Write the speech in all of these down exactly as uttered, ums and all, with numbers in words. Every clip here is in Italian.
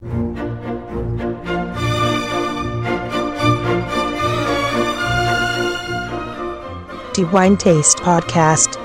The Wine Taste Podcast.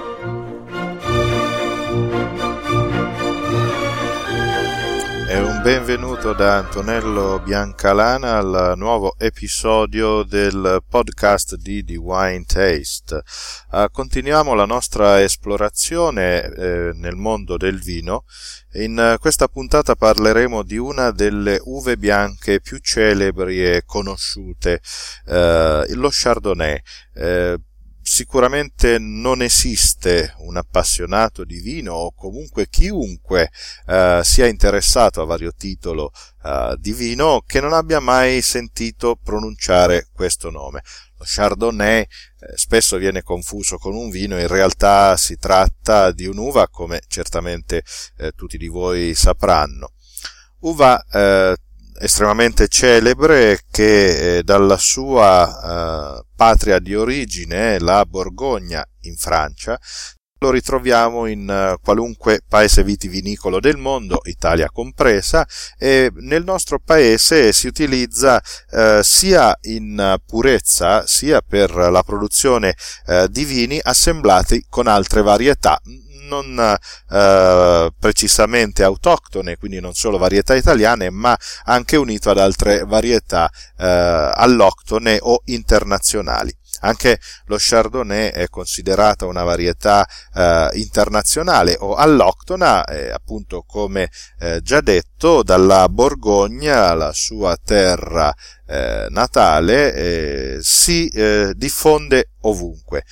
E un benvenuto da Antonello Biancalana al nuovo episodio del podcast di The Wine Taste. Uh, continuiamo la nostra esplorazione eh, nel mondo del vino. In questa puntata parleremo di una delle uve bianche più celebri e conosciute, eh, lo Chardonnay. Eh, Sicuramente non esiste un appassionato di vino o comunque chiunque eh, sia interessato a vario titolo eh, di vino che non abbia mai sentito pronunciare questo nome. Lo Chardonnay eh, spesso viene confuso con un vino, in realtà si tratta di un'uva, come certamente eh, tutti di voi sapranno. Uva eh, estremamente celebre che eh, dalla sua eh, patria di origine, la Borgogna in Francia, lo ritroviamo in uh, qualunque paese vitivinicolo del mondo, Italia compresa, e nel nostro paese si utilizza uh, sia in purezza sia per la produzione uh, di vini assemblati con altre varietà, non uh, precisamente autoctone, quindi non solo varietà italiane, ma anche unito ad altre varietà uh, alloctone o internazionali. Anche lo Chardonnay è considerata una varietà eh, internazionale o alloctona, eh, appunto come eh, già detto, dalla Borgogna, la sua terra eh, natale, eh, si eh, diffonde ovunque.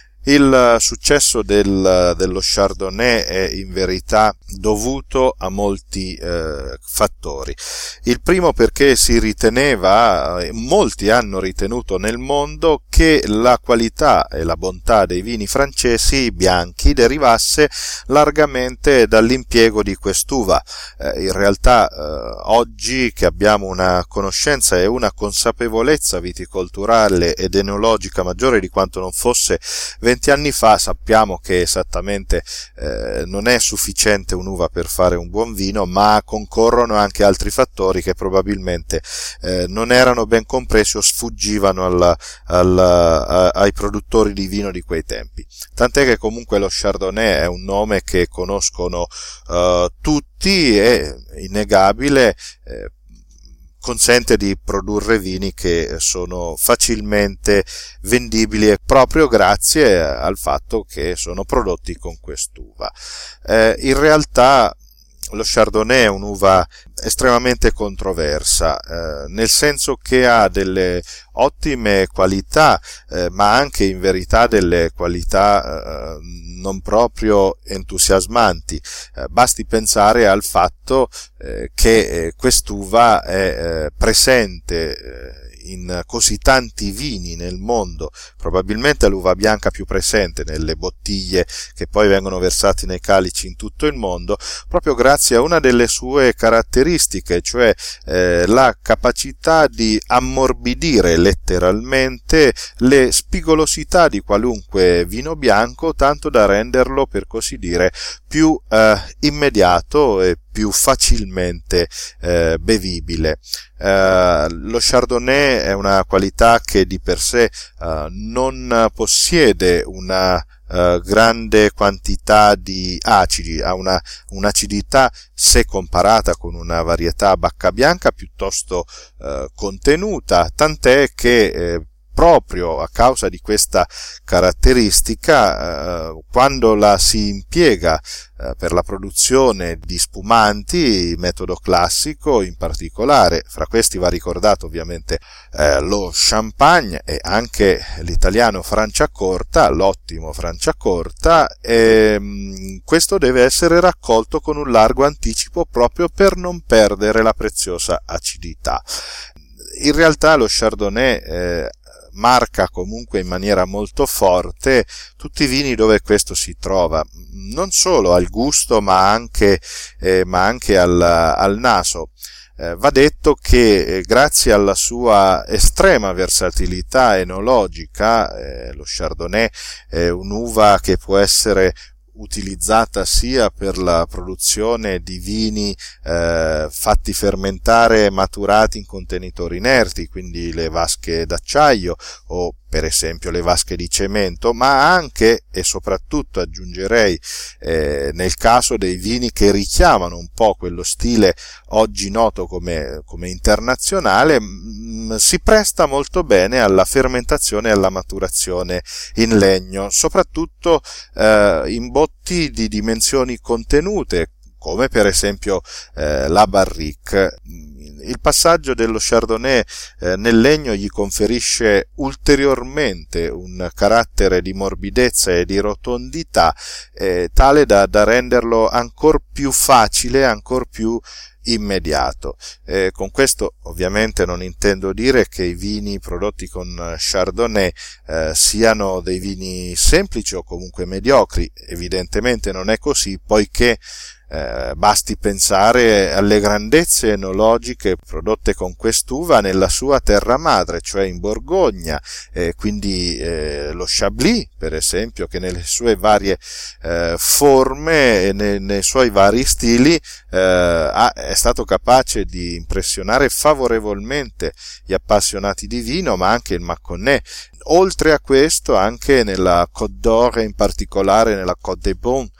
Il successo del, dello Chardonnay è in verità dovuto a molti eh, fattori. Il primo perché si riteneva, molti hanno ritenuto nel mondo, che la qualità e la bontà dei vini francesi bianchi derivasse largamente dall'impiego di quest'uva. Eh, in realtà eh, oggi che abbiamo una conoscenza e una consapevolezza viticolturale ed enologica maggiore di quanto non fosse venti anni fa, sappiamo che esattamente eh, non è sufficiente un'uva per fare un buon vino, ma concorrono anche altri fattori che probabilmente eh, non erano ben compresi o sfuggivano al, al, a, ai produttori di vino di quei tempi. Tant'è che comunque lo Chardonnay è un nome che conoscono eh, tutti, è innegabile, eh, consente di produrre vini che sono facilmente vendibili proprio grazie al fatto che sono prodotti con quest'uva. Eh, in realtà lo Chardonnay è un'uva estremamente controversa, eh, nel senso che ha delle ottime qualità, eh, ma anche in verità delle qualità eh, non proprio entusiasmanti. Eh, basti pensare al fatto eh, che eh, quest'uva è eh, presente eh, in così tanti vini nel mondo, probabilmente è l'uva bianca più presente nelle bottiglie che poi vengono versati nei calici in tutto il mondo, proprio grazie a una delle sue caratteristiche, cioè eh, la capacità di ammorbidire letteralmente le spigolosità di qualunque vino bianco, tanto da renderlo, per così dire, più eh, immediato e più facilmente eh, bevibile. Eh, lo Chardonnay è una qualità che di per sé eh, non possiede una Uh, grande quantità di acidi, ha una un'acidità, se comparata con una varietà bacca bianca, piuttosto uh, contenuta, tant'è che eh, proprio a causa di questa caratteristica, eh, quando la si impiega eh, per la produzione di spumanti, metodo classico in particolare, fra questi va ricordato ovviamente eh, lo champagne e anche l'italiano Franciacorta, l'ottimo Franciacorta, e mh, questo deve essere raccolto con un largo anticipo proprio per non perdere la preziosa acidità. In realtà lo Chardonnay eh, marca comunque in maniera molto forte tutti i vini dove questo si trova, non solo al gusto ma anche, eh, ma anche al, al naso. Eh, va detto che eh, grazie alla sua estrema versatilità enologica, eh, lo Chardonnay è un'uva che può essere utilizzata sia per la produzione di vini eh, fatti fermentare maturati in contenitori inerti, quindi le vasche d'acciaio o per esempio le vasche di cemento, ma anche e soprattutto aggiungerei eh, nel caso dei vini che richiamano un po' quello stile oggi noto come, come internazionale, mh, si presta molto bene alla fermentazione e alla maturazione in legno, soprattutto eh, in botti di dimensioni contenute, come per esempio eh, la barrique. Il passaggio dello Chardonnay eh, nel legno gli conferisce ulteriormente un carattere di morbidezza e di rotondità eh, tale da, da renderlo ancor più facile, ancor più immediato. Eh, con questo ovviamente non intendo dire che i vini prodotti con Chardonnay eh, siano dei vini semplici o comunque mediocri, evidentemente non è così, poiché Eh, basti pensare alle grandezze enologiche prodotte con quest'uva nella sua terra madre, cioè in Borgogna, eh, quindi eh, lo Chablis, per esempio, che nelle sue varie eh, forme e nei, nei suoi vari stili eh, ha, è stato capace di impressionare favorevolmente gli appassionati di vino, ma anche il Mâconnais. Oltre a questo, anche nella Côte d'Or, in particolare nella Côte des Bons,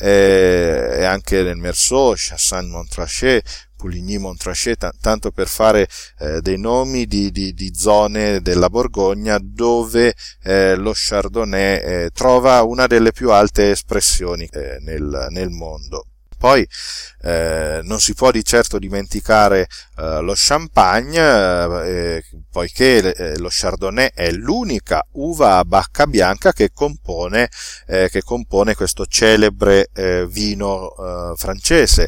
eh, e anche nel Meursault, Chassagne-Montrachet, Puligny-Montrachet, t- tanto per fare eh, dei nomi di, di, di zone della Borgogna dove eh, lo Chardonnay eh, trova una delle più alte espressioni eh, nel, nel mondo. Poi eh, non si può di certo dimenticare eh, lo champagne, eh, poiché eh, lo Chardonnay è l'unica uva a bacca bianca che compone, eh, che compone questo celebre eh, vino eh, francese.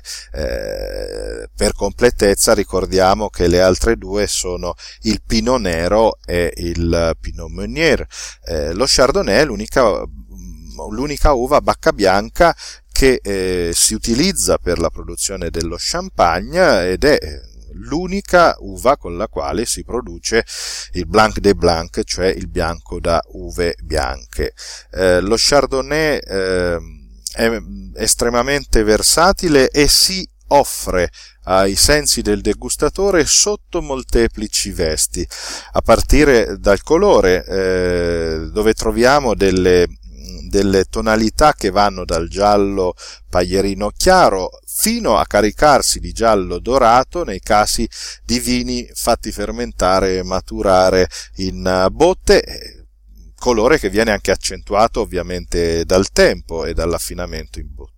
Eh, per completezza ricordiamo che le altre due sono il Pinot Nero e il Pinot Meunier. Eh, lo Chardonnay è l'unica, l'unica uva a bacca bianca che eh, si utilizza per la produzione dello champagne ed è l'unica uva con la quale si produce il Blanc des Blancs, cioè il bianco da uve bianche. Eh, lo Chardonnay eh, è estremamente versatile e si offre ai sensi del degustatore sotto molteplici vesti, a partire dal colore, eh, dove troviamo delle delle tonalità che vanno dal giallo paglierino chiaro fino a caricarsi di giallo dorato nei casi di vini fatti fermentare e maturare in botte, colore che viene anche accentuato ovviamente dal tempo e dall'affinamento in bottiglia.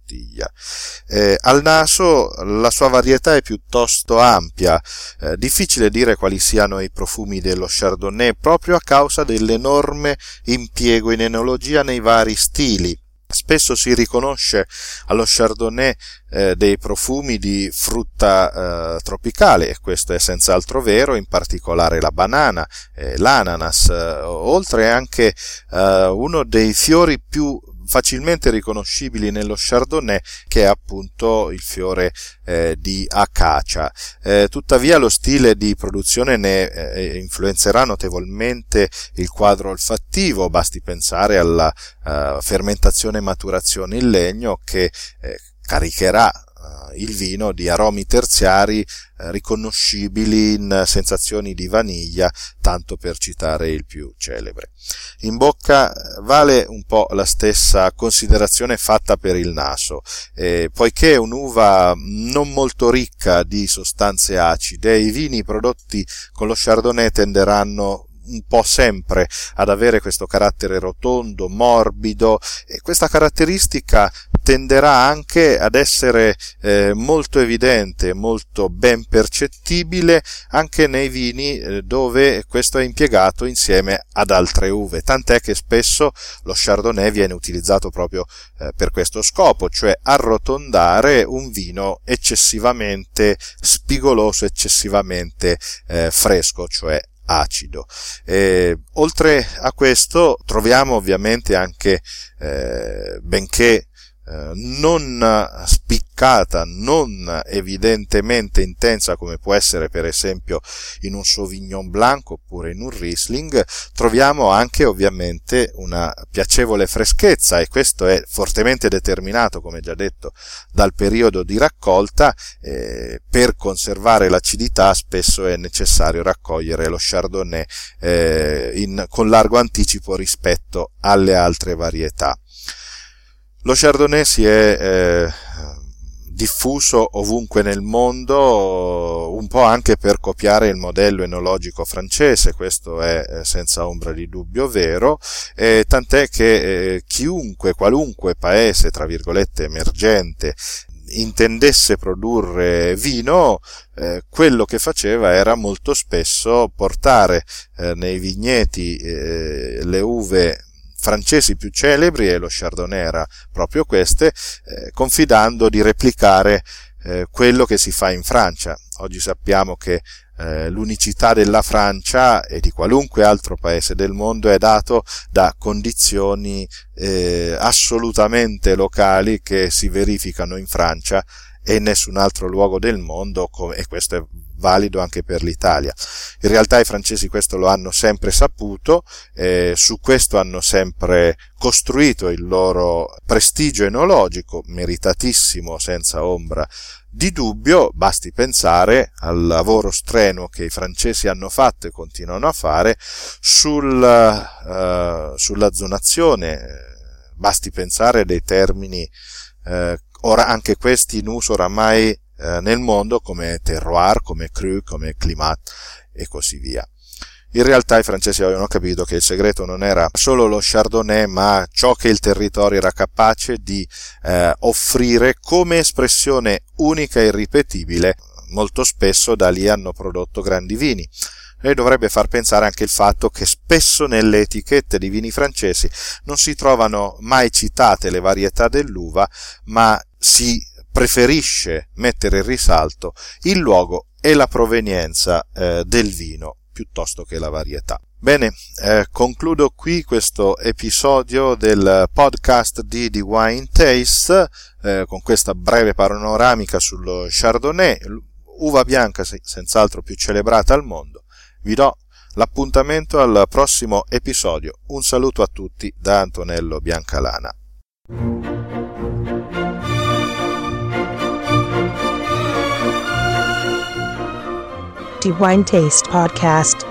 Eh, al naso la sua varietà è piuttosto ampia, eh, difficile dire quali siano i profumi dello Chardonnay proprio a causa dell'enorme impiego in enologia nei vari stili. Spesso si riconosce allo Chardonnay eh, dei profumi di frutta eh, tropicale, e questo è senz'altro vero, in particolare la banana, eh, l'ananas, eh, oltre anche eh, uno dei fiori più facilmente riconoscibili nello Chardonnay, che è appunto il fiore eh, di acacia. Eh, tuttavia lo stile di produzione ne eh, influenzerà notevolmente il quadro olfattivo, basti pensare alla uh, fermentazione e maturazione in legno che eh, caricherà il vino di aromi terziari eh, riconoscibili in sensazioni di vaniglia, tanto per citare il più celebre. In bocca vale un po' la stessa considerazione fatta per il naso, eh, poiché è un'uva non molto ricca di sostanze acide, i vini prodotti con lo Chardonnay tenderanno un po' sempre ad avere questo carattere rotondo, morbido, e questa caratteristica tenderà anche ad essere eh, molto evidente, molto ben percettibile anche nei vini eh, dove questo è impiegato insieme ad altre uve, tant'è che spesso lo Chardonnay viene utilizzato proprio eh, per questo scopo, cioè arrotondare un vino eccessivamente spigoloso, eccessivamente eh, fresco, cioè acido. Eh, oltre a questo troviamo ovviamente anche, eh, benché eh, non spiccata, non evidentemente intensa come può essere per esempio in un Sauvignon Blanc oppure in un Riesling, troviamo anche ovviamente una piacevole freschezza, e questo è fortemente determinato, come già detto, dal periodo di raccolta. Eh, per conservare l'acidità spesso è necessario raccogliere lo Chardonnay eh, in, con largo anticipo rispetto alle altre varietà. Lo Chardonnay si è eh, diffuso ovunque nel mondo, un po' anche per copiare il modello enologico francese, questo è eh, senza ombra di dubbio vero, eh, tant'è che eh, chiunque, qualunque paese, tra virgolette, emergente, intendesse produrre vino, eh, quello che faceva era molto spesso portare eh, nei vigneti eh, le uve francesi più celebri, e lo Chardonnay era proprio queste, eh, confidando di replicare eh, quello che si fa in Francia. Oggi sappiamo che eh, l'unicità della Francia e di qualunque altro paese del mondo è dato da condizioni eh, assolutamente locali che si verificano in Francia e in nessun altro luogo del mondo, e questo è valido anche per l'Italia. In realtà i francesi questo lo hanno sempre saputo, eh, su questo hanno sempre costruito il loro prestigio enologico, meritatissimo senza ombra di dubbio. Basti pensare al lavoro strenuo che i francesi hanno fatto e continuano a fare sul, uh, sulla zonazione, basti pensare dei termini uh, ora anche questi in uso oramai eh, nel mondo, come terroir, come cru, come climat e così via. In realtà i francesi avevano capito che il segreto non era solo lo Chardonnay, ma ciò che il territorio era capace di eh, offrire come espressione unica e irripetibile. Molto spesso da lì hanno prodotto grandi vini. E dovrebbe far pensare anche il fatto che spesso nelle etichette di vini francesi non si trovano mai citate le varietà dell'uva, ma si preferisce mettere in risalto il luogo e la provenienza eh, del vino piuttosto che la varietà. Bene, eh, concludo qui questo episodio del podcast di The Wine Taste eh, con questa breve panoramica sullo Chardonnay, uva bianca senz'altro più celebrata al mondo. Vi do l'appuntamento al prossimo episodio. Un saluto a tutti da Antonello Biancalana. The Wine Taste Podcast.